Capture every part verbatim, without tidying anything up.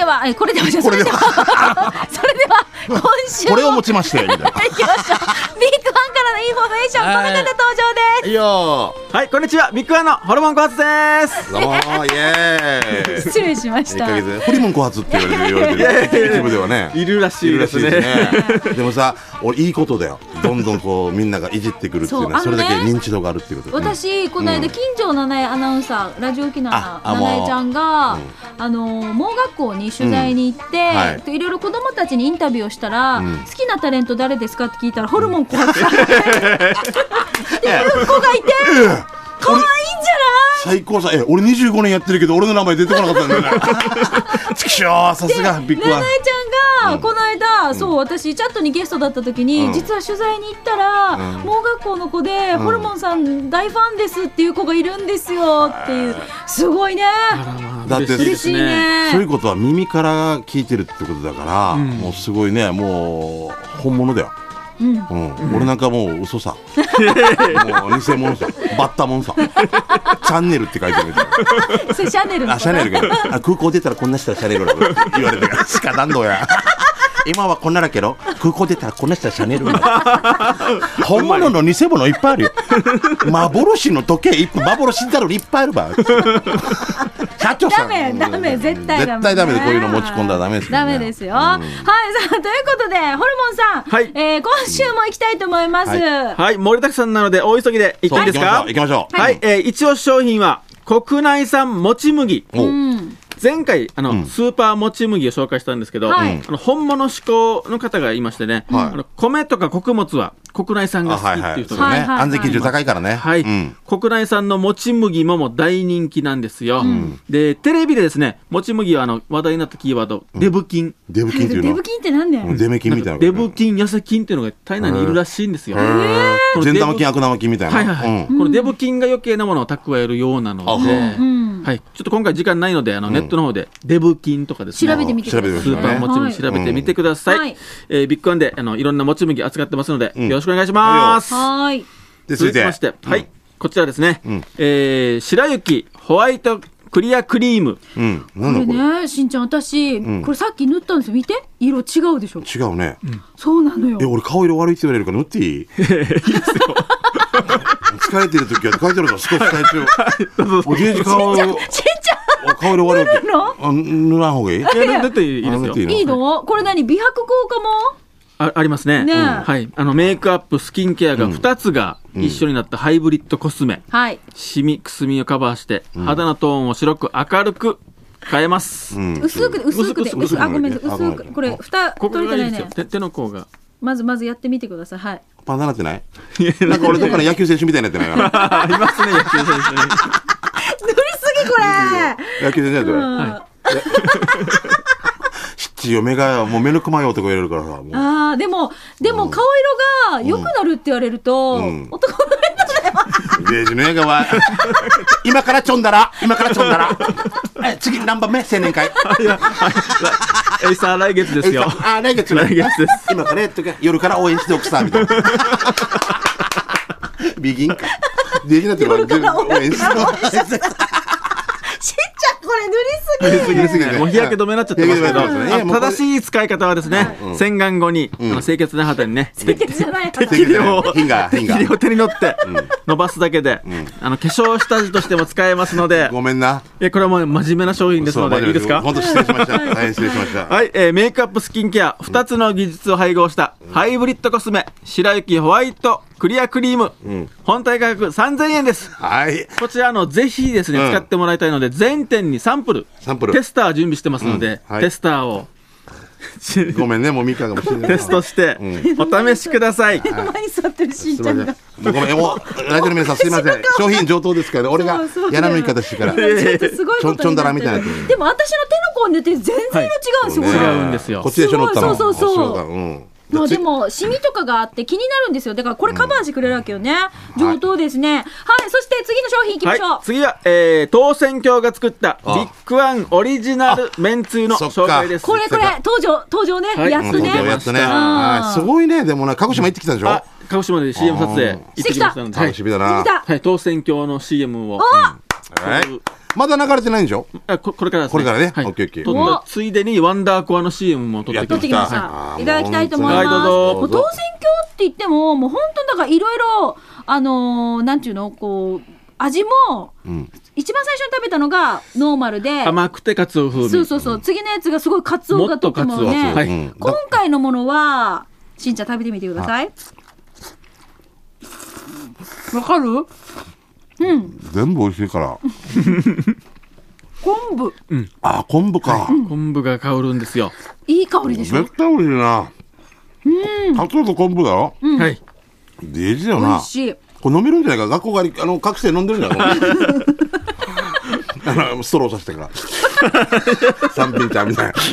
はえこれではじゃそれではそれでは今週これをもちましてみたいな。 行きましょう。ビッグワンからのインフォメーション、この方登場です。 いいよはい、こんにちは。ビッグワンのホルモン小発です。 どうもー、イエーイ。 失礼しました。 いっかげつホルモン小発って言われてる、言われてる一部ではね、 いるらしいですね。 いるらしいですね。でもさ、俺いいことだよ。どんどんこうみんながいじってくるっていうのは、それだけ認知度があるっていうこと。 私この間近所の七重アナウンサー、ラジオ沖縄の七重ちゃんがあの盲学校に取材に行って、いろいろ子供たちにインタビューをしたら、好きなタレント誰ですかって聞いたらホルモン小発っていう子がいて、可愛いんじゃない？ 最高さ。え、俺にじゅうごねんやってるけど俺の名前出てこなかったんだよね。ちくしょう、さすがビッグワン。 七重ちゃんがこの間、そう私チャットにゲストだった時に、実は取材に行ったら盲学校の子でホルモンさん大ファンですっていう子がいるんですよっていう。すごいね。 だって嬉しいね。 そういうことは耳から聞いてるってことだから、もうすごいね、もう本物だよ。うんうん、俺なんかもう嘘さ、もう偽物さ、バッタモンさ、チャンネルって書いてるみたいな。 それシャネルのあ、シャネルがあ空港出たらこんなしたらシャネルだって言われてからしかなんどや。今はこんなだけど空港出たらこんなしたらシャネルだ。本物の偽物いっぱいあるよ。幻の時計いっぱい、幻だろいっぱいあるば。社長さんダメダメ絶対ダメ、 絶対ダメで、こういうの持ち込んだらダメですよね。 ダメですよ、うん、はい。さあということでホルモンさん、はい、えー、今週も行きたいと思います。はい、 はい、盛りだくさんなので大急ぎで行っていいですか？ 行きましょう。 はい、はい、えー、一押し商品は国内産もち麦。うん、前回あの、うん、スーパーもち麦を紹介したんですけど、はい、あの本物志向の方がいましてね、はい、あの米とか穀物は国内産が好きっていう人が、 ね、安全基準高いからね、 はい、うん、国内産のもち麦もも大人気なんですよ、うん、でテレビでですね、もち麦はあの話題になったキーワード、うん、デブ菌。 デブ菌っていうの？ デブ菌って何だよ。 デメ菌みたいな。 デブ菌、痩せ菌っていうのが体内にいるらしいんですよ。 善玉菌、悪玉菌みたいな。 はいはいはい、うん、このデブ菌が余計なものを蓄えるようなので、うん、はい、ちょっと今回時間ないのであの、うん、ネットの方でデブ菌とかですね、 調べてみてください。 スーパーもち麦調べてみてください。はい、えー、ビッグワンであのいろんなもち麦扱ってますので、うん、よろしくお願いします。 はい。 で続きまして、うん、はい、こちらですね、うん、えー、白雪ホワイトクリアクリーム。 うん、 なんだこれね、しんちゃん私、うん、これさっき塗ったんですよ。見て、色違うでしょ。 違うね、うん、 そうなのよ。 え、俺顔色悪いって言われるから塗っていい？いいですよ。疲れてる時は書いてあるから少し体調おじいじ顔しんちゃん顔色悪いっての塗らん方がいい？ いや、塗っていいですよ。 いいの？これ何、美白効果もあ, ありますね。ね、うん、はい、あのメイクアップ、スキンケアがふたつが一緒になったハイブリッドコスメ、うん、シミくすみをカバーして、うん、肌のトーンを白く明るく変えます、うん、 薄く薄くで薄く、あ、ごめん薄く、これ蓋取れてないね。 手, 手の甲がまずまずやってみてください。はい。 パンダなってない？なんか俺どっかの野球選手みたいになってないかな。 ありますね、野球選手。塗りすぎこれ。 野球選手だと。はい。嫁がもう目の熊よとか言われるからさ。 ああ、でもでも顔色が良くなるって言われると、うん、男の目だよ。 ゲージの映画は今からちょんだら今からちょんだら。え、次何番目？青年会。 エイサー来月ですよ。 あ、来月、 来月です。 今からやっとけ、夜から応援しておくさみたいな。ビギンか。できなって夜から応援しておくさ。しんちゃんこれ塗りすぎ。 塗りすぎね。もう日焼け止めになっちゃってますけど、正しい使い方はですね、洗顔後に清潔な肌にね、 清潔じゃない肌。 適量を手に乗って伸ばすだけで、あの化粧下地としても使えますので。 ごめんな。 え、これはもう真面目な商品ですのでいいですか？ 本当失礼しました。大変失礼しました。 はい、えー、メイクアップスキンケアふたつの技術を配合したハイブリッドコスメ白雪ホワイトクリアクリーム、うん、本体価格さんぜんえんです。 はい。 こちらのぜひですね、うん、使ってもらいたいので全店にサンプル、 サンプルテスター準備してますので、うん、はい、テスターをごめんね、もうみかんがもしれない。 テストして、うん、お試しください。 手の前に座ってるしんちゃんが。 ごめん、もうラジオの皆さんすいません。商品上等ですから、俺がやらぬ言い方してから。 すごいことになってる。ちょんだらみたいな。でも私の手の甲塗って全然色違うんですよ。 違うんですよ。 こっちでしょ塗ったの。 そうそうそう。まあでもシミとかがあって気になるんですよ。だからこれカバーしてくれるわけよね、うん、上等ですね。はい、そして次の商品いきましょう、 はい、次は、えー、当選協が作ったビッグワンオリジナルめんつゆの紹介です。 これこれ登場登場ね、はい、やっとね、 やっとね、はい、すごいね。でもね、鹿児島行ってきたでしょ。 あ、鹿児島で シーエム 撮影行ってきましたので、 楽しみだな。 はい、当選協の シーエム を、 はい、 まだ流れてないんでしょ。 あ こ, これからですね。 これからね、 はい、 オッケーオッケー。 撮ったついでにワンダーコアの シーエム も撮ってきました。 撮ってきました、はい、いただきたいと思います。 はい、どうぞ。 もう当選挙って言ってももう本当だからいろいろあのー、なんていうのこう味も、うん、一番最初に食べたのがノーマルで甘くてカツオ風味。 そうそうそう、うん、次のやつがすごいカツオがとってもね、はい、今回のものはしんちゃん食べてみてください。わかる？うん、 全部美味しいから昆布、 うん、あ、昆布か、 はい、うん、昆布が香るんですよ。 いい香りでしょ。 絶対美味しいな。うん、カツオと昆布だろ、 うん、 はい、でいいよな。美味しい。これ飲めるんじゃないか。学校帰りあの覚醒飲んでるんじゃないかあのストローさせてから三品茶みたいなこ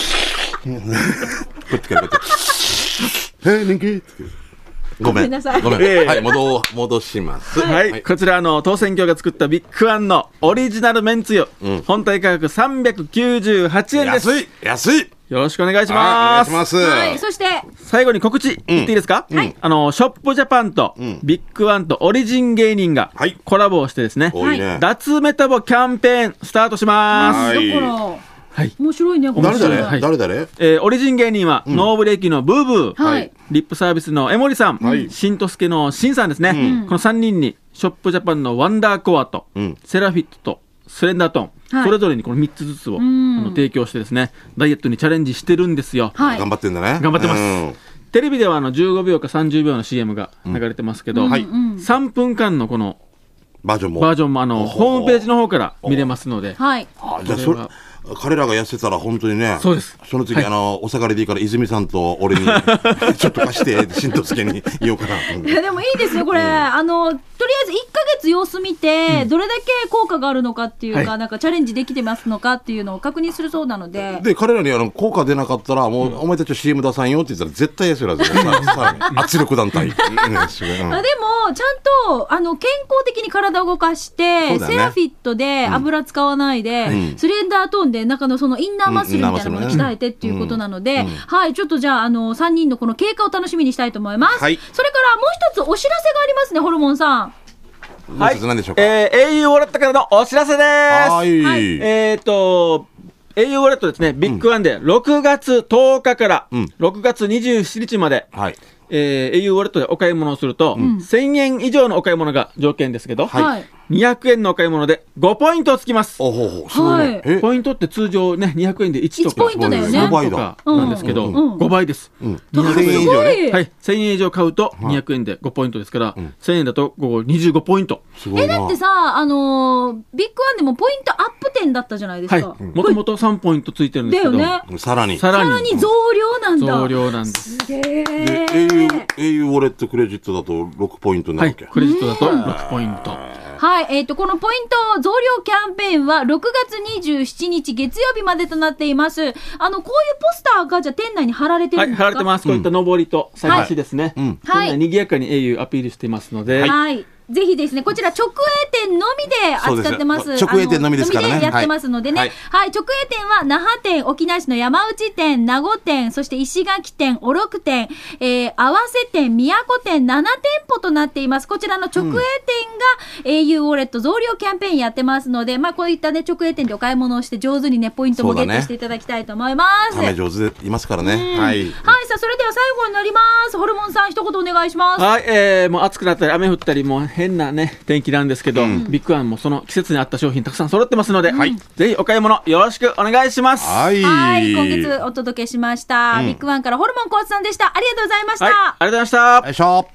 っちからこっちへえ人気ごめんなさい。ごめん、えー、はい、戻戻します。 はい、はい、こちらの当選挙が作ったビッグワンのオリジナルめんつゆ、うん、本体価格さんびゃくきゅうじゅうはちえんです。 安い安い。 よろしくお願いします。 お願いします。 はい、そして最後に告知言っていいですか？うん、あのショップジャパンと、うん、ビッグワンとオリジン芸人がコラボをしてですね、はい、脱メタボキャンペーンスタートします。 はい、だからはい、面白いね。 誰誰、はい、誰誰、 えー、オリジン芸人は、うん、ノーブレーキのブーブー、はい、リップサービスの江森さん、はい、しんとすけのしんさんですね、うん、このさんにんにショップジャパンのワンダーコアと、うん、セラフィットとスレンダートン、はい、それぞれにこのみっつずつを、うん、あの提供してですねダイエットにチャレンジしてるんですよ。 はい、頑張ってんだね。 頑張ってます、うん、テレビではあのじゅうごびょうかさんじゅうびょうの シーエム が流れてますけど、うんはい、さんぷんかんのこのバージョンもバージョンもあのホームページの方から見れますので、 はい、 あじゃあそれ彼らが痩せたら本当にね。 そうです。 その次、はい、あのお下がりでいいから泉さんと俺にちょっと貸してしんとすけに言おうかな。 いやでもいいですよこれ、うん、あのとりあえずいっかげつ様子見て、うん、どれだけ効果があるのかっていうか、はい、なんかチャレンジできてますのかっていうのを確認するそうなので。 で彼らにあの効果出なかったらもう、うん、お前たちは シーエム 出さんよって言ったら絶対痩せるはずだ圧力団体。うん、あでもちゃんとあの健康的に体を動かして、ね、セラフィットで油使わないで、うん、スレンダートーンで中のそのインナーマッスルみたいなものを鍛えてっていうことなので、うんうん、はいちょっとじゃあ、あのさんにんのこの経過を楽しみにしたいと思います、はい、それからもう一つお知らせがありますねホルモンさん。 はい、何でしょうか。えー、エーユー ウォレットからのお知らせです。はい、えーと エーユー ウォレットですね、ビッグワンでろくがつとおかからろくがつにじゅうしちにちまで、はい、えー、エーユー ウォレットでお買い物をすると、うん、せんえん以上のお買い物が条件ですけど、はい、にひゃくえんのお買い物でごポイントつきます。 おほほすごいね、はい、 ポイントって通常ねにひゃくえんでいちとかいちポイントだよね、 ごばいだなんですけど、うんうん、ごばいです、うん、 せんえん以上ね、 はい、せんえん以上買うとにひゃくえんでごポイントですから、うん、せんえんだとにじゅうごポイント。 すごいな。 えだってさ、あのー、ビッグワンでもポイントアップ店だったじゃないですか。 もともとさんポイントついてるんですけど、 だよね、 さらにさらにさらに増量なんだ。 増量なんです。 すげー。 で エーユー エーユー ウォレットクレジットだとろくポイントになるわけ、 はい、クレジットだとろくポイント。 はい、えー、とこのポイント増量キャンペーンはろくがつにじゅうしちにち月曜日までとなっています。あのこういうポスターがじゃあ店内に貼られてるんですか。 はい、貼られてます。こういった上りと探しですね、はい、うん、店内にぎやかに エーユー アピールしていますので、はい、はい、ぜひですねこちら直営店のみで扱ってます。 直営店のみですからね。 のみでやってますのでね、はいはい、直営店は那覇店、沖縄市の山内店、名護店、そして石垣店、小禄店、えー、合わせ店、宮古店ななてんぽとなっています。こちらの直営店が エーユー ウォレット増量キャンペーンやってますので、まあ、こういったね直営店でお買い物をして上手にねポイントもゲットしていただきたいと思います。 ため上手でいますからね、はい、 はい、さあそれでは最後になります。ホルモンさん一言お願いします。 はい、えー、もう暑くなったり雨降ったりもう変なね天気なんですけど、うん、ビッグワンもその季節に合った商品たくさん揃ってますので、うん、ぜひお買い物よろしくお願いします。 はい、 はい、今月お届けしました、うん、ビッグワンからホルモンコーツさんでした。ありがとうございました、 はい、ありがとうございました。 よいしょ。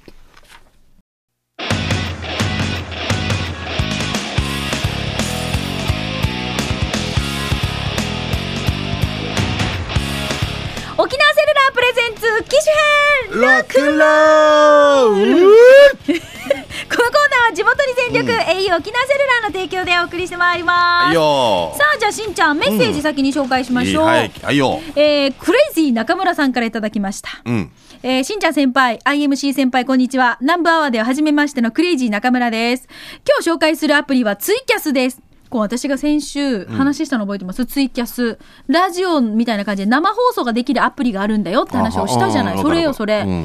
沖縄セルラープレゼンツ機種編ロックンロールこのコーナーは地元に全力、うん、エーユー 沖縄セルラーの提供でお送りしてまいります。 はいよ。 さあじゃあしんちゃんメッセージ先に紹介しましょう、うん、 はい、はいよ。 えー、クレイジー中村さんからいただきました、うん、えー、しんちゃん先輩 アイエムシー 先輩こんにちは。ナンバーワーでは初めましてのクレイジー中村です。今日紹介するアプリはツイキャスです。こう私が先週話したの覚えてます、うん、ツイキャスラジオみたいな感じで生放送ができるアプリがあるんだよって話をしたじゃない。それよそれ、うん、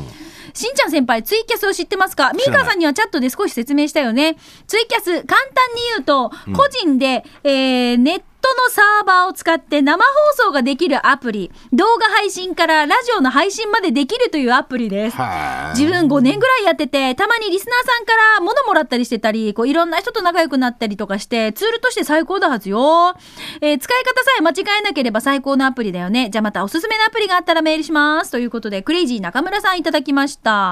しんちゃん先輩、ツイキャスを知ってますか？ミーカーさんにはチャットで少し説明したよね。ツイキャス、簡単に言うと、うん、個人で、えー、ネットのサーバーを使って生放送ができるアプリ、動画配信からラジオの配信までできるというアプリです。自分ごねんぐらいやってて、たまにリスナーさんから物もらったりしてたり、こういろんな人と仲良くなったりとかして、ツールとして最高だはずよ。えー、使い方さえ間違えなければ最高のアプリだよね。じゃあまたおすすめのアプリがあったらメールしますということで、クレイジー中村さんいただきました。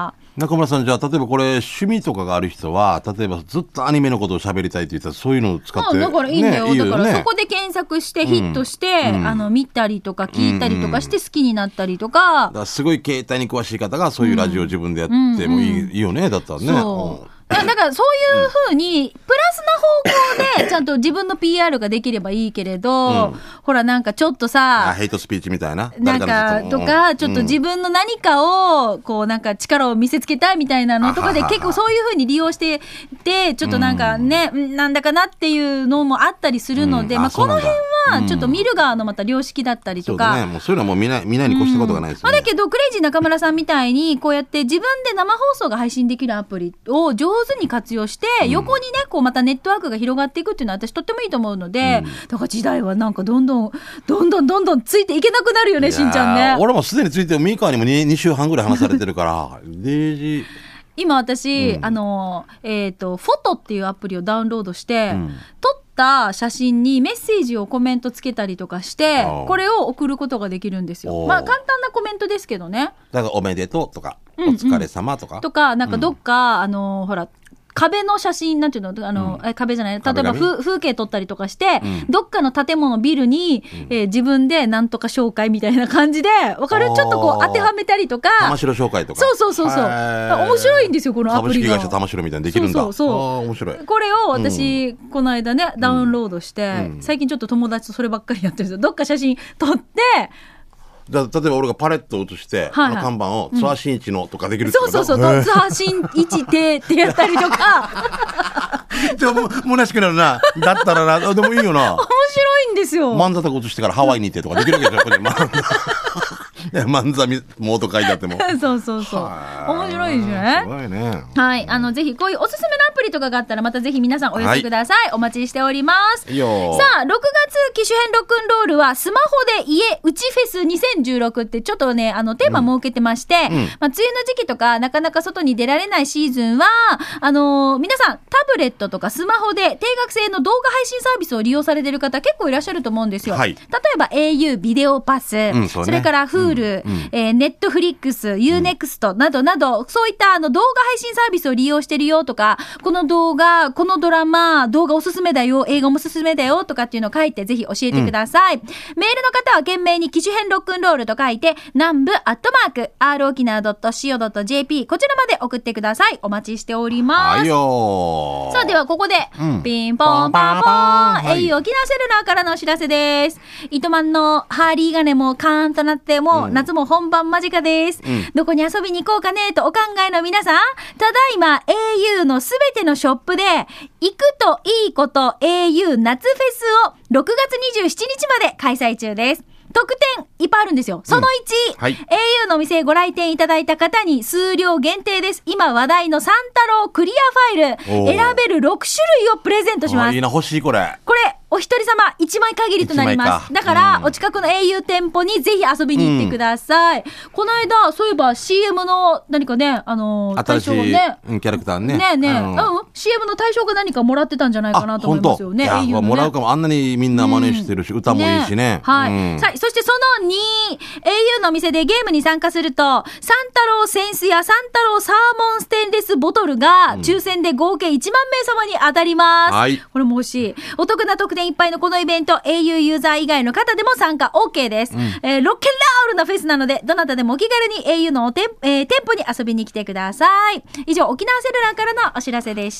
中村さん、じゃあ例えばこれ趣味とかがある人は、例えばずっとアニメのことを喋りたいって言ったらそういうのを使って、 だからいいんだよ、ね、いいよね、だからそこで検索してヒットして、うん、あの見たりとか聞いたりとかして好きになったりとか、 だからすごい携帯に詳しい方がそういうラジオを自分でやってもいい、うんうん、いいよね、だったらね。そうだからそういう風にプラスな方向でちゃんと自分の ピーアール ができればいいけれど、うん、ほらなんかちょっとさ、 ヘイトスピーチみたいななんかとか、ちょっと自分の何かをこうなんか力を見せつけたいみたいなのとかで結構そういう風に利用してて、ちょっとなんかね、うん、なんだかなっていうのもあったりするので、うん、まあこの辺はちょっと見る側のまた良識だったりとか、 そうだね、もうそういうのはもう見ない見ないに越したことがないですよね。 うん、だけどクレイジー中村さんみたいにこうやって自分で生放送が配信できるアプリを上手に活用して、うん、横にねこうまたネットワークが広がっていくっていうのは私とってもいいと思うので、うん、だから時代はなんかどんどんどんどんどんどんついていけなくなるよね、しんちゃんね。 俺もすでについてミーカーにも 2, に週半ぐらい話されてるからデイジー今私、うん、あのえっ、ー、とフォトっていうアプリをダウンロードして、うん、撮った写真にメッセージをコメントつけたりとかしてこれを送ることができるんですよ。まあ簡単なコメントですけどね。 だからおめでとうとか、うんうん、お疲れ様とかとかなんかどっか、うん、あのほら壁の写真なんていうのあの、うん、壁じゃない例えば風, 風景撮ったりとかして、うん、どっかの建物ビルに、うんえー、自分でなんとか紹介みたいな感じでわかるちょっとこう当てはめたりとか玉城紹介とかそうそうそうそう面白いんですよこのアプリが。 株式会社玉城みたいにできるんだ。 そうそうそう面白い。 これを私、うん、この間ねダウンロードして、うん、最近ちょっと友達とそればっかりやってるんですよ。どっか写真撮ってだ例えば俺がパレットを写して、はいはい、あの看板をツアー新一のとかできるってこと、 うん、そうそうそうツアー新一てってやったりとかでも虚しくなるな。だったらなでもいいよな。 面白いんですよ。 漫才写してからハワイに行ってとかできるわけじゃんここに漫才もと書いてあってもそうそうそう面白いですね。 すごいね。 はい、あのぜひこういうおすすめのアプリとかがあったらまたぜひ皆さんお寄せください、はい、お待ちしております。 いいよ。 さあろくがつ機種編ロックンロールはスマホで家うちフェスにせんじゅうろくってちょっとねあのテーマ設けてまして、うんうんまあ、梅雨の時期とかなかなか外に出られないシーズンはあのー、皆さんタブレットとかスマホで定額制の動画配信サービスを利用されている方結構いらっしゃると思うんですよ、はい、例えば エーユー ビデオパス、うんそね、それから Hulu、うんうんえー、ネットフリックス ユーネクスト などなど、うん、そういったあの動画配信サービスを利用してるよとかこの動画このドラマ動画おすすめだよ映画もおすすめだよとかっていうのを書いてぜひ教えてください、うん、メールの方は懸命に機種編ロックンロールと書いて南部アットマーク アール 沖縄 ドット シーオー ドット ジェーピー こちらまで送ってください。お待ちしております。 はいよ。 さあではここで、うん、ピンポンパンポン エーユー 沖縄セルラーからのお知らせです。糸満のハーリーガネもカーンとなってもう、うん、夏も本番間近です、うん、どこに遊びに行こうかねとお考えの皆さんただいま エーユー のすべてのショップで行くといいこと エーユー 夏フェスをろくがつにじゅうしちにちまで開催中です。特典いっぱいあるんですよ。そのいち、うんはい、エーユー のお店ご来店いただいた方に数量限定です。今話題のサンタロウクリアファイル選べるろくしゅるいをプレゼントします。 いいな欲しいこれ。 これお一人様いちまい限りとなります。だから、うん、お近くの エーユー 店舗にぜひ遊びに行ってください、うん、この間そういえば シーエム の何かねあのー、対象をねキャラクターねねえねえ、うん、うん、シーエム の対象が何かもらってたんじゃないかなと思いますよね。 いや、ね、もらうかも。あんなにみんな真似してるし、うん、歌もいいしね、ねはい、うん、さあそしてそのに エーユー のお店でゲームに参加するとサンタロウセンスやサンタロウサーモンステンレスボトルが抽選で合計いちまんめい様に当たります、うんはい、これも欲しい。お得な特典いっぱいのこのイベント エーユー ユーザー以外の方でも参加 OK です、うんえー、ロッケンロールなフェスなのでどなたでもお気軽に エーユー のおてん、えー、店舗に遊びに来てください。以上沖縄セルラーからのお知らせでした。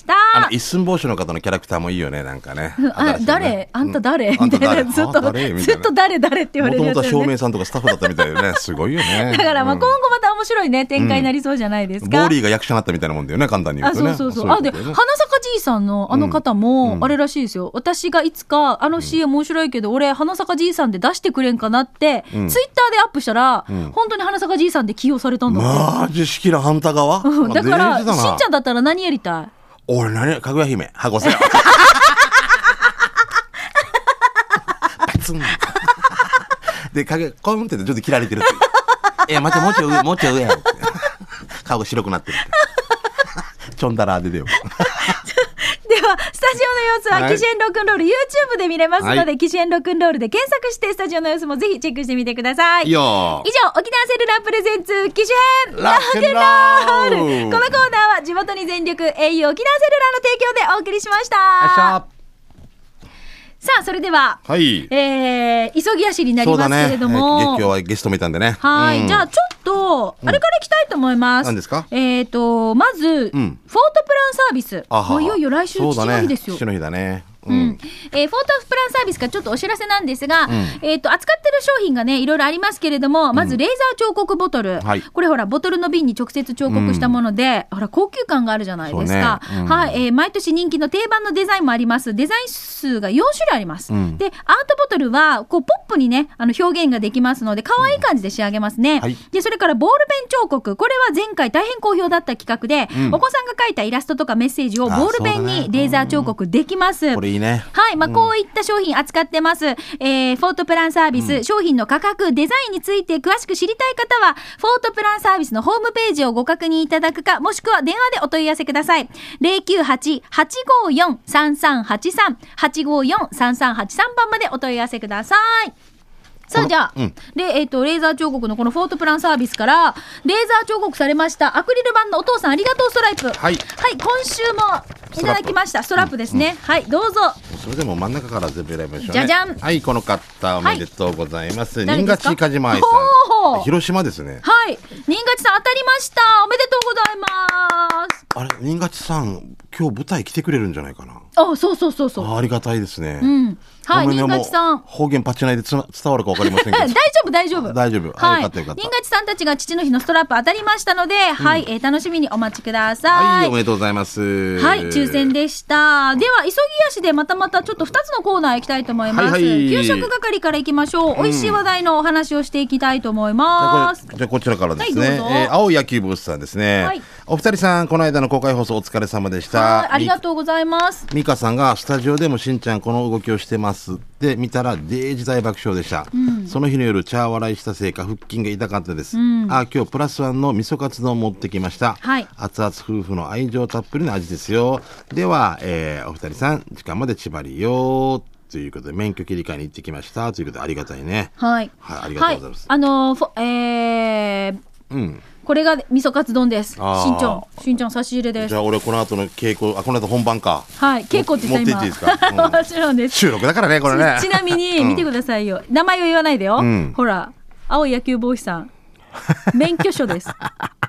した。 あの一寸法師の方のキャラクターもいいよね、なんかね。 あ、誰あんた誰みたいな、ずっとずっと誰誰って言われるやつ。 もともとは照明さんとかスタッフだったみたいでね、すごいよね。 だからまあ今後また面白いね展開になりそうじゃないですか。 ボーリーが役者になったみたいなもんだよね、簡単に言うとね。 あ、そうそうそう。あ、で花坂じいさんのあの方もあれらしいですよ。私がいつかあの シーエム 面白いけど俺花坂じいさんで出してくれんかなってツイッターでアップしたら本当に花坂じいさんで起用されたんだって。 マジしきら反対側。 だからしんちゃんだったら何やりたい？ 俺何かぐや姫はごせよ。パツンで影コンってちょっと切られてるって。え待ってもうちょい上もうちょい上やって顔が白くなってるってちょんだら出てよ。 ではスタジオの様子は、はい、キシエンロックンロール YouTube で見れますので、はい、キシエンロックンロールで検索してスタジオの様子もぜひチェックしてみてください。以上沖縄セルラープレゼンツキシエンロックンロール。このコーナーは地元に全力 エーユー 沖縄セルラーの提供でお送りしました。さあそれでは、はい、えー、急ぎ足になりますけれども、 そうだね、えー、今日はゲスト見たんでね。 はい、うん、じゃあちょっとあれからいきたいと思います。 何ですか？ えっとまず、うん、フォートプランサービス、もういよいよ来週父の日ですよ。 父の日だね。 うん、えー、フォートプランサービスからちょっとお知らせなんですが、うん、えーと扱ってる商品がねいろいろありますけれども、まずレーザー彫刻ボトル、うん、はい、これほらボトルの瓶に直接彫刻したもので、うん、ほら高級感があるじゃないですか、ね、うん、はい、えー、毎年人気の定番のデザインもあります。デザイン数がよん種類あります、うん、でアートボトルはこうポップにねあの表現ができますので可愛い感じで仕上げますね、うん、はい、でそれからボールペン彫刻、これは前回大変好評だった企画で、うん、お子さんが描いたイラストとかメッセージをボールペンにレーザー彫刻できます、 うん、これいいね。 はい、まあ、こういった商品扱ってます、えー、フォートプランサービス、うん、商品の価格デザインについて詳しく知りたい方はフォートプランサービスのホームページをご確認いただくか、もしくは電話でお問い合わせください。 ゼロきゅうはち はちごよん さんさんはちさん はちごよん さんさんはちさん番までお問い合わせください。さあじゃあ、うん、で、えっと、レーザー彫刻のこのフォートプランサービスからレーザー彫刻されましたアクリル板のお父さんありがとうストライプ、はい、はい、今週もいただきましたストラップですね、うんうん、はい、どうぞ。 それでも真ん中から全部選びましょうね。 じゃじゃん。 はい、この方おめでとうございます、はい、新勝鹿島愛さん、広島ですね。 はい、新勝さん当たりました、おめでとうございます。 あれ、新勝さん今日舞台来てくれるんじゃないかな。 あ、そうそうそうそう、 あ, ありがたいですね、 うん、はい、新勝さん方言パチないでつな伝わるか分かりませんけど大丈夫大丈夫大丈夫、 はい、 よかったよかった。 新勝さんたちが父の日のストラップ当たりましたので、うん、はい、えー、楽しみにお待ちください。 はい、おめでとうございます。 はい、抽選でした。では急ぎ足でまたまたちょっとふたつのコーナー行きたいと思います、はいはい、給食係から行きましょう、うん、美味しい話題のお話をしていきたいと思います。 じゃあ こ, じゃあこちらからですね、はい、えー、青野球部さんですね、はい、お二人さんこの間の公開放送お疲れ様でした。 はい、ありがとうございます。 ミカさんがスタジオでもしんちゃんこの動きをしてますで見たらデージ大爆笑でした、うん、その日の夜茶笑いしたせいか腹筋が痛かったです、うん、あ今日プラスワンの味噌カツ丼を持ってきました、はい、熱々夫婦の愛情たっぷりの味ですよ。では、えー、お二人さん時間まで縛りよということで免許切り替えに行ってきましたということでありがたいね。 はい、 はい、ありがとうございます、 はい、あのーえーうん、これが味噌カツ丼です。しんちゃん、しんちゃん差し入れです。 じゃあ俺この後の稽古、あこの後本番か。 はい、稽古って言った今。持っていっていいですか。うん、もちろんです。 収録だからねこれね。 ち, ちなみに見てくださいよ。うん、名前を言わないでよ。うん、ほら青い野球帽子さん免許証です。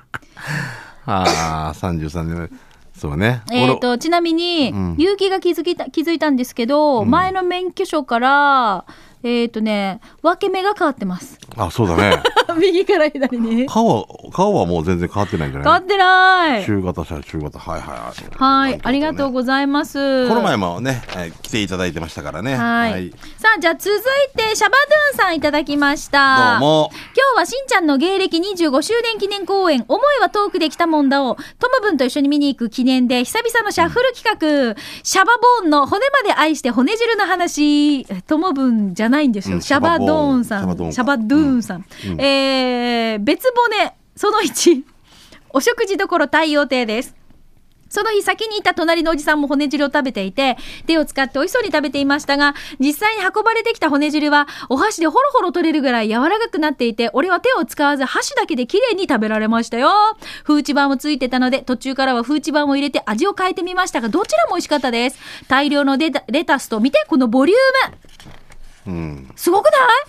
ああさんじゅうさんねん。そうね。 えーとちなみに、うん、結城が気づいた気づいたんですけど、うん、前の免許証からえっとね分け目が変わってます。 あ、そうだね。 右から左に。 顔顔はもう全然変わってないんじゃない？ 変わってない。 中型車中型、はいはいはい。 はい、ね、ありがとうございます。 この前もね、えー、来ていただいてましたからね。 はい。はい、さあじゃあ続いてシャバドゥンさんいただきました。 どうも。 今日はしんちゃんの芸歴にじゅうごしゅうねん記念公演、思いは遠くで来たもんだをトムブンと一緒に見に行く記念で久々のシャッフル企画、うん、シャバボーンの骨まで愛して骨汁の話、トムブンじゃないんですよ。うん、シャバドーンさん、シャバドゥーンさん、うんうん、えー、別骨そのいちお食事どころ太陽亭です。その日先にいた隣のおじさんも骨汁を食べていて手を使って美味しそうに食べていましたが、実際に運ばれてきた骨汁はお箸でホロホロ取れるぐらい柔らかくなっていて、俺は手を使わず箸だけで綺麗に食べられましたよ。フーチバーもついてたので途中からはフーチバーも入れて味を変えてみましたが、どちらも美味しかったです。大量のレタスと見てこのボリューム、うん、すごくない？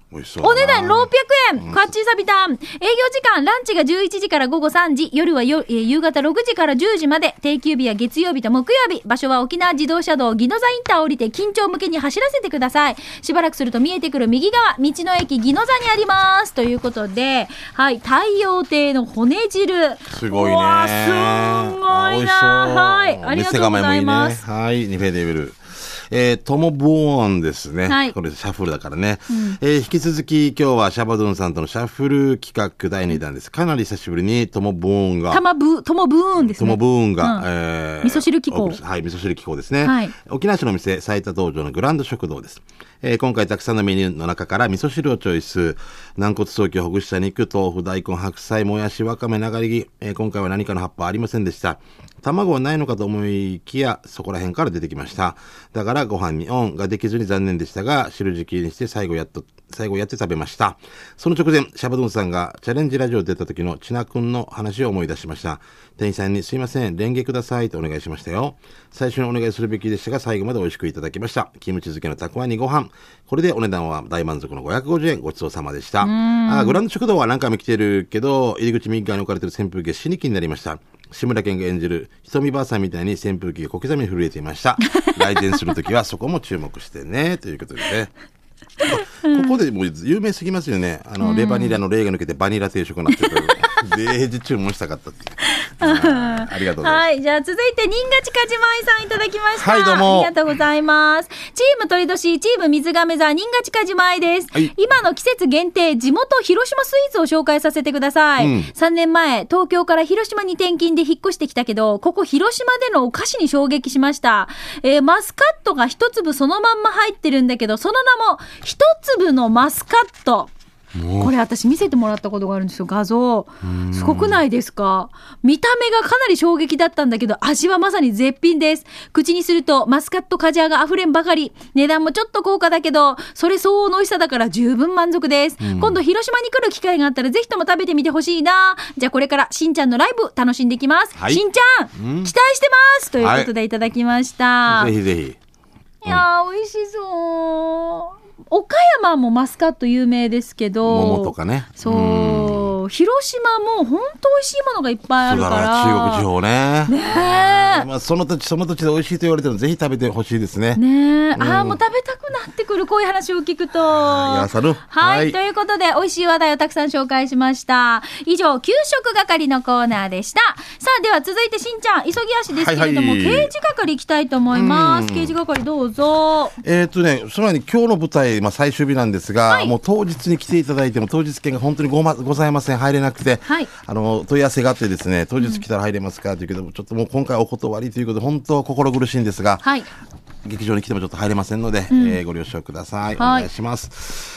美味しそうだな。 お値段ろっぴゃくえん、カッチーサビタン。営業時間、ランチがじゅういちじから午後さんじ、夜はよ、えー、夕方ろくじからじゅうじまで、定休日は月曜日と木曜日。場所は沖縄自動車道宜野座インターを降りて緊張向けに走らせてください。しばらくすると見えてくる右側、道の駅宜野座にあります。ということで、はい、太陽亭の骨汁。 すごいね。うわ、すごいな。はい、ありがとうございます。 いいね、はい、ニフェデビル。えー、トモボーンですね、 はい、 これシャッフルだからね、うん、えー、引き続き今日はシャバドゥンさんとのシャッフル企画だいにだんです。かなり久しぶりにトモボーンがトモブトモブーンですね。 トモブーンが、 うん、 えー、 味噌汁機構、 はい、味噌汁機構ですね、 はい、 沖縄市の店最多道場のグランド食堂です。えー、今回たくさんのメニューの中から味噌汁をチョイス。軟骨早期ほぐした肉、豆腐、大根、白菜、もやし、わかめ、長ネギ、えー、今回は何かの葉っぱありませんでした。卵はないのかと思いきや、そこら辺から出てきました。だからご飯にオンができずに残念でしたが、汁敷きにして最後やっと、最後やって食べました。その直前、シャバドゥンさんがチャレンジラジオ出た時のチナ君の話を思い出しました。店員さんにすいません、レンゲくださいとお願いしましたよ。最初にお願いするべきでしたが、最後まで美味しくいただきました。キムチ漬けのたくあんにご飯。これでお値段は大満足のごひゃくごじゅうえん。ごちそうさまでした。あ、グランド食堂は何回も来てるけど、入り口右側に置かれている扇風機が死に気になりました。志村けんが演じるひとみばあさんみたいに扇風機が小刻みに震えていました。来店するときはそこも注目してねということでね。ここでもう有名すぎますよね。あの、うん、レバニラのレーが抜けてバニラ定食になってる。ぜひ注文したかったっていう。あ, ありがとうございます。 はい、じゃあ続いて新賀近島愛さんいただきました。 はい、どうもありがとうございます。チーム鳥年、チーム水亀座、新賀近島愛です、はい、今の季節限定地元広島スイーツを紹介させてください、うん、さんねんまえ東京から広島に転勤で引っ越してきたけど、ここ広島でのお菓子に衝撃しました、えー、マスカットが一粒そのまんま入ってるんだけど、その名も一粒のマスカット。これ私見せてもらったことがあるんですよ。画像すごくないですか。見た目がかなり衝撃だったんだけど、味はまさに絶品です。口にするとマスカット果汁があふれんばかり。値段もちょっと高価だけど、それ相応の美味しさだから十分満足です。今度広島に来る機会があったらぜひとも食べてみてほしいな。じゃあこれからしんちゃんのライブ楽しんできます、はい、しんちゃん、うん、期待してますということでいただきました、 はい、ぜひぜひ。 いやー、美味しそう。岡山もマスカット有名ですけど、 桃とかね。 そう、うん、広島も本当美味しいものがいっぱいあるから。 中国地方ね。 ねえ、 まあ、その土地その土地で美味しいと言われてるのぜひ食べてほしいですね。 ねえ、うん、ああもう食べたくなってくる、こういう話を聞くと。 やさる。 はい、はい、ということで美味しい話題をたくさん紹介しました。以上給食係のコーナーでした。さあでは続いてしんちゃん、急ぎ足ですけれども、はいはい、刑事係行きたいと思います。刑事係どうぞ。 えー、っとねその前に今日の舞台、まあ、最終日なんですが、はい、もう当日に来ていただいても当日券が本当に ご, まございません。入れなくて、はい、あの問い合わせがあってですね、当日来たら入れますかというけど、うん、ちょっともう今回お断りということで本当心苦しいんですが、はい、劇場に来てもちょっと入れませんので、うん、えー、ご了承ください。お願いします。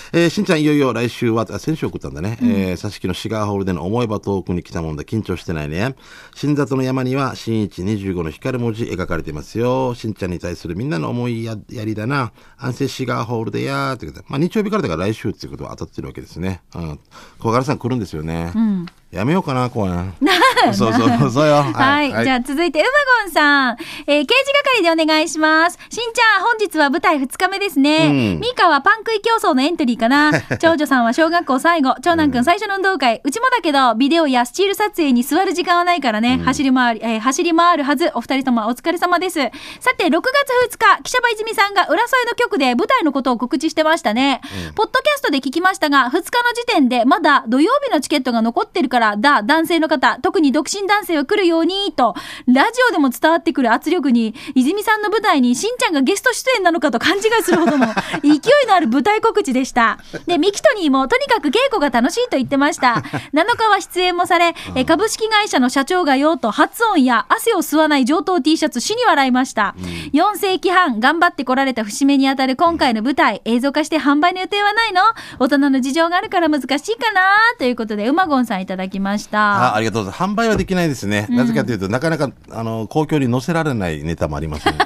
はい、えー、しんちゃんいよいよ来週は先週送ったんだね、うん、えー、佐敷のシガーホールでの思えば遠くに来たもんだ。緊張してないね。新里の山には新一にじゅうごの光る文字描かれてますよ。しんちゃんに対するみんなの思いややりだな。安静シガーホールでやーってことで、まあ、日曜日からだから来週っていうことは当たってるわけですね。うん、小柄さん来るんですよね。うん、やめようかな、公演。そうそうそうよ。はい、 はいはい、じゃあ続いてうまごんさん、えー、刑事係でお願いします。しんちゃん本日は舞台ふつかめですね。うん、ミカはパン食い競争のエントリーかな。長女さんは小学校最後、長男くん最初の運動会、うちもだけどビデオやスチール撮影に座る時間はないからね、うん、走り回り、えー、走り回るはず。お二人ともお疲れ様です。さてろくがつふつか、記者場泉さんが浦添の局で舞台のことを告知してましたね。うん、ポッドキャストで聞きましたが、ふつかの時点でまだ土曜日のチケットが残ってるからだ、男性の方、特に独身男性は来るようにとラジオでも伝わってくる圧力に、泉さんの舞台にしんちゃんがゲスト出演なのかと勘違いするほどの勢いのある舞台告知でした。でミキトニーもとにかく稽古が楽しいと言ってました。なのかは出演もされ、え株式会社の社長がよと発音や汗を吸わない上等 T シャツ死に笑いました。うん、よんせいきはん頑張ってこられた節目にあたる今回の舞台、映像化して販売の予定はないの？大人の事情があるから難しいかなということでうまごんさんいただきました。 あ, ありがとうございます。販売はできないですね。うん、なぜかというとなかなかあの公共に載せられないネタもありますね。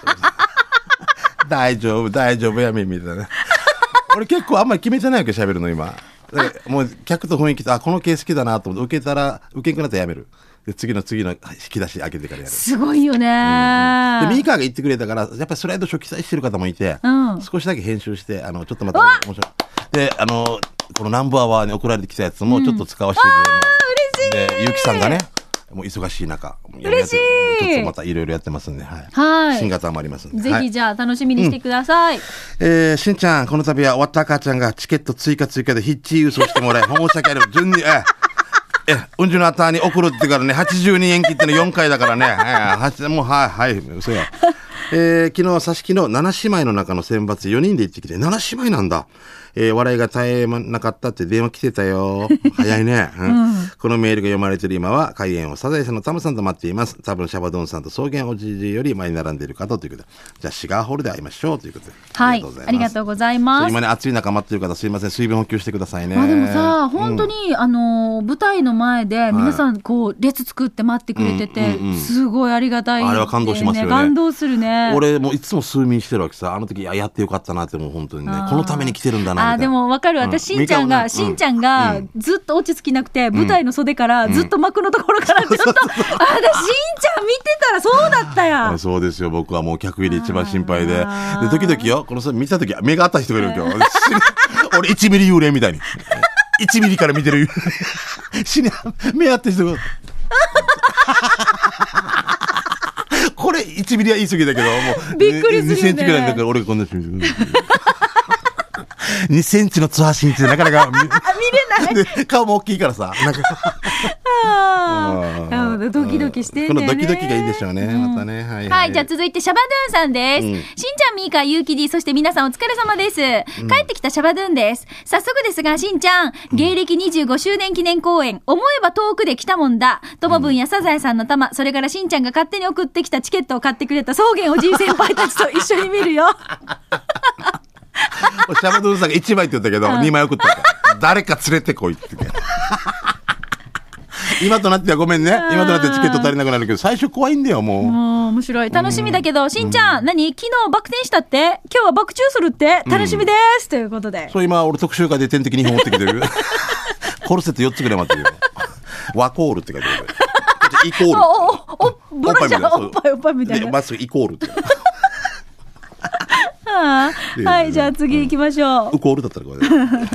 大丈夫大丈夫やめみたいな。俺結構あんまり決めてないわけ喋るの今。もう客と雰囲気とあこの系好きだなと思って受けたら受けんくなったらやめる。 で次の次の引き出し開けてからやる。 すごいよね、 うん、でミーカーが言ってくれたからやっぱりスライド初期載してる方もいて、うん、少しだけ編集してあのちょっとまた面白いであのこのナンバーワーに送られてきたやつもちょっと使わせてくれる、うん、でゆうきさんがねもう忙しい中嬉しいちょっとまたいろいろやってますんで、はい、 はい新型もありますんでぜひじゃあ楽しみにしてください、うんえー、しんちゃんこの度は終わった赤ちゃんがチケット追加追加でヒッチ郵送してもらい申し訳ありません順にええうんじゅのあたに送るってからねはちじゅうにえん切ってのよんかいだからね、えー、もうはいはい嘘や、えー、昨日佐敷のなな姉妹の中の選抜よにんで行ってきてなな姉妹なんだ、えー、笑いが絶えなかったって電話来てたよ早いね、うんうん、このメールが読まれている今は開演をサザエさんのタムさんと待っています。多分シャバドゥンさんと草原おじじより前に並んでいる方ということでじゃあシガーホールで会いましょうということで、 はい、ありがとうございます。 今ね暑い中待っている方すいません水分補給してくださいね。 まあ、でもさ本当に、うん、あの舞台の前で皆さんこう列作って待ってくれてて、はいうんうんうん、すごいありがたい、ね、 あれは感動しますよね。 感動するね。 俺もいつも睡眠してるわけさあの時 や, やってよかったなってもう本当にねこのために来てるんだなみたいな。 あでも分かる私、うん、しんちゃんが、ね、しんちゃんがずっと落ち着きなくて、うん、舞台の袖からずっと幕のところからずっと、うん、あ私しんちゃん見てたらそうだったやそうですよ僕はもう客入り一番心配でで時々よこの見た時目が合った人がいるわけよ俺いちミリ幽霊みたいにいちミリから見てる死に目合った人がこれいちミリは言い過ぎだけどもうびっくりするよねにセンチぐらいだから俺がこんなにセンチの津波ってなかなか見, 見れない顔も大きいからさなんかあドキドキしてんだよね。 このドキドキがいいでしょうね、うん、またね、はいはいはい、じゃあ続いてシャバドゥンさんです、うん、しんちゃんみーかゆうき D そして皆さんお疲れ様です、うん、帰ってきたシャバドゥンです。早速ですがしんちゃん芸歴にじゅうごしゅうねん記念公演、思えば遠くで来たもんだともぶんやサザエさんの玉、それからしんちゃんが勝手に送ってきたチケットを買ってくれた草原おじい先輩たちと一緒に見るよシャバドゥンさんがいちまいって言ったけど、うん、にまい送ったから誰か連れてこいって今となってはごめんね今となってチケット足りなくなるけど最初怖いんだよもう。 もう面白い楽しみだけど、うん、しんちゃん、うん、何昨日バク転したって今日はバク宙するって楽しみです、うん、ということでそう今俺特集会で点滴にほん持ってきてるコルセットよっつぐらい待ってるよワコールって書いてあるイコールおおおブラジャーおっぱいおっぱいみたいなまっすぐイコールってはあ、はいじゃあ次行きましょう、 うん、ウコールだったらこれ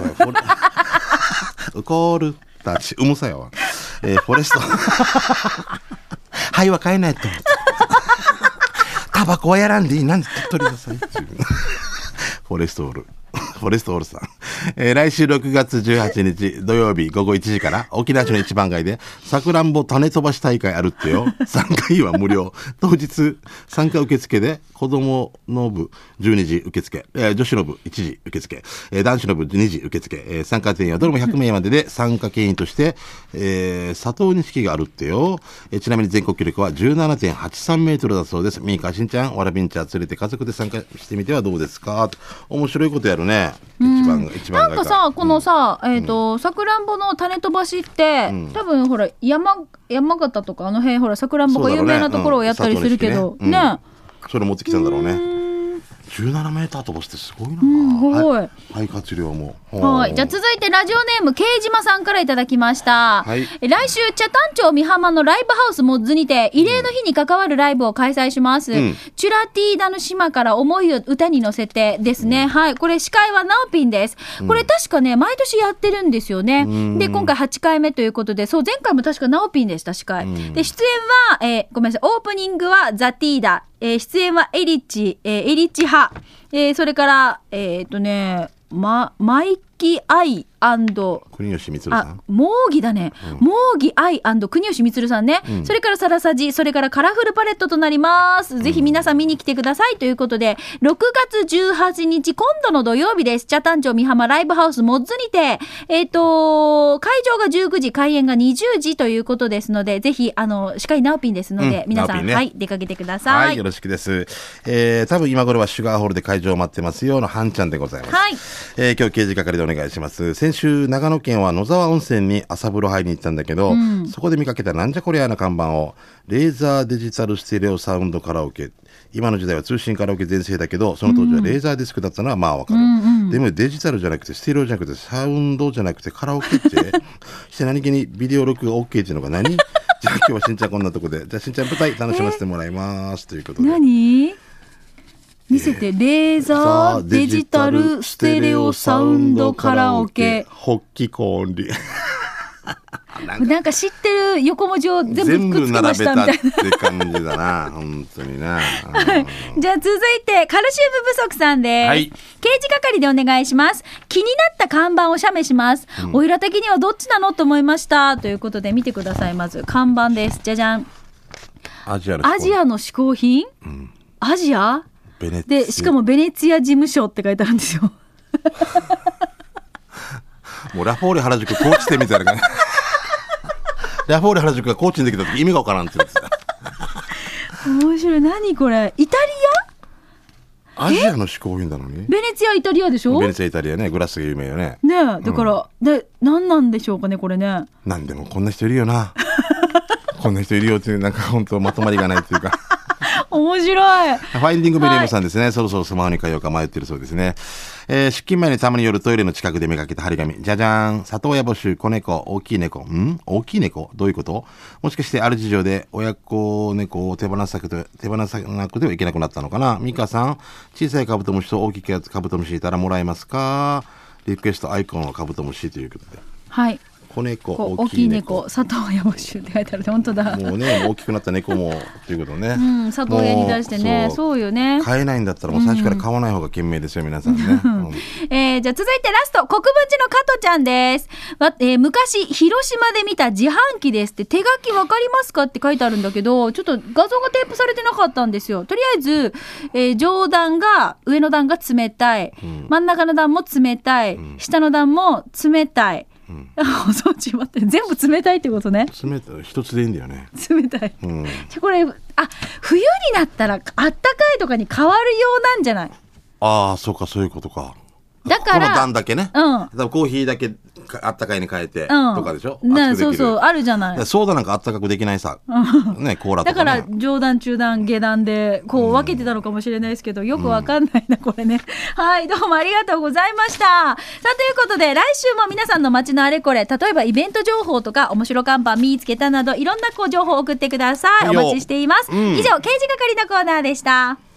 ウコールたちうむさやわ、えー、フォレストはいは買えないとタバコはやらんでいいなんで取りなさいっていうフォレストオールフォレストオールさん、えー、来週ろくがつじゅうはちにち土曜日ごごいちじから沖縄市の一番街でさくらんぼ種飛ばし大会あるってよ参加費は無料当日参加受付で子供の部じゅうにじ受付、えー、女子の部いちじ受付、えー、男子の部にじ受付、えー、参加定員はどれもひゃくめいまでで参加権威として、えー、佐藤錦があるってよ、えー、ちなみに全国記録は じゅうななてんはちさんメートルだそうです。ミーカーしんちゃんわらびんちゃん連れて家族で参加してみてはどうですか。面白いことやるね、うん、一番一番なんかさこのさ、うん、えっ、ー、とさくらんぼの種飛ばしって、うん、多分ほら山山形とかあの辺ほらさくらんぼが有名なところをやったりするけど ね, ね、うん、 それ持ってきたんだろうね。じゅうななメーター飛ばしてすごいな、 うん、すごい肺活量も。 はい、じゃあ続いてラジオネームけいじまさんからいただきました、はい、来週茶谷町美浜のライブハウスモッズにて慰霊の日に関わるライブを開催します、うん、チュラティーダの島から思いを歌に乗せてですね、うん、はい、これ司会はナオピンです。これ確かね毎年やってるんですよね、うん、で今回はちかいめということで、そう前回も確かナオピンでした司会、うん、で出演は、えー、ごめんなさいオープニングはザ・ティーダ、えー、出演はエリッチ、えー、エリッチ派、えー、それからえー、っとねま、マイキアイ国吉光さん、 モーギだね、うん、モーギアイ国吉光さんね、うん、それからサラサジ、それからカラフルパレットとなります、うん、ぜひ皆さん見に来てくださいということで、ろくがつじゅうはちにち今度の土曜日です。茶谷町美浜ライブハウスモッズにて、えっと会場がじゅうくじ開演がにじゅうじということですので、ぜひあの司会ナオピンですので、うん、皆さん、ね、はい出かけてください。 はいよろしくです、えー、多分今頃はシュガーホールで会場を待ってますよのハンちゃんでございます、はい、えー、今日刑事係でお願いします。先週長野県は野沢温泉に朝風呂入りに行ったんだけど、うん、そこで見かけたなんじゃこりゃな看板をレーザーデジタルステレオサウンドカラオケ今の時代は通信カラオケ全盛だけど、その当時はレーザーディスクだったのはまあわかる、うんうん、でもデジタルじゃなくてステレオじゃなくてサウンドじゃなくてカラオケってして何気にビデオ録画 OK っていうのが何じゃあ今日はしんちゃんこんなとこで、じゃあしんちゃん舞台楽しませてもらいますということで、 何見せて、えー、レーザーデジタルステレオサウンドカラオケ発揮コンリなんか、なんか知ってる横文字を全部くっつけましたみたいな全部並べたって感じだな本当になじゃあ続いてカルシウム不足さんです、はい、刑事係でお願いします。気になった看板を写メします、うん、おいら的にはどっちなのと思いましたということで見てください。まず看板です。じゃじゃん。 アジアのアジアの嗜好品、うん、アジアベネツで、しかもベネツィア事務所って書いてあるんですよもうラフォーレ原宿コーチ店みたいな感じラフォーレ原宿がコーチにできた時意味がわからんって言ってた面白い。何これ、イタリアアジアの嗜好品なのにベネツィアイタリアでしょ。 ベネツィアイタリアね、グラスが有名よね。 ねえ、だから、うん、で何なんでしょうかねこれね。 なんでもこんな人いるよなこんな人いるよっていう、なんか本当まとまりがないっていうか面白い。 ファインディングベリームさんですね、はい、そろそろスマホに変えようか迷ってるそうですね。えー、出勤前にたまに夜トイレの近くで見かけた張り紙、じゃじゃーん、里親募集、子猫、大きい猫、ん大きい猫どういうこと？もしかしてある事情で親子猫を手放さなくて手放さなくてはいけなくなったのかな。ミカさん、小さいカブトムシと大きいカブトムシいたらもらえますか？リクエストアイコンはカブトムシということで、 はい、 子猫、 大きい猫、里親募集って書いてある。本当だ。 もうね、大きくなった猫もということね。 うん、里親に出してね、そう、そうよね。 飼えないんだったらもう最初から飼わない方が賢明ですよ、皆さんね。うん、 えー、じゃあ続いてラスト、国分寺の加トちゃんです。わ、えー、昔広島で見た自販機ですって手書きわかりますかって書いてあるんだけど、ちょっと画像がテープされてなかったんですよ。とりあえず、えー、上段が上の段が冷たい、うん、真ん中の段も冷たい、うん、下の段も冷たい。うん、お掃除待って全部冷たいってことね。 冷たい一つでいいんだよね。 冷たい、うん、これあ冬になったらあったかいとかに変わるようなんじゃない？ ああ、そうか、そういうことか。 だからこの段だけね、うん、コーヒーだけあったかいに変えて、うん、とかでしょ。ね、 そうそうあるじゃない。 ソーダなんかあったかくできないさ、ね、コーラとか、ね、 だから上段中段下段でこう分けてたのかもしれないですけど、よくわかんないな、これね。はい、どうもありがとうございました。さあということで来週も皆さんの街のあれこれ、例えばイベント情報とか面白看板見つけたなどいろんなこう情報を送ってください。お待ちしています。うん、以上刑事係のコーナーでした。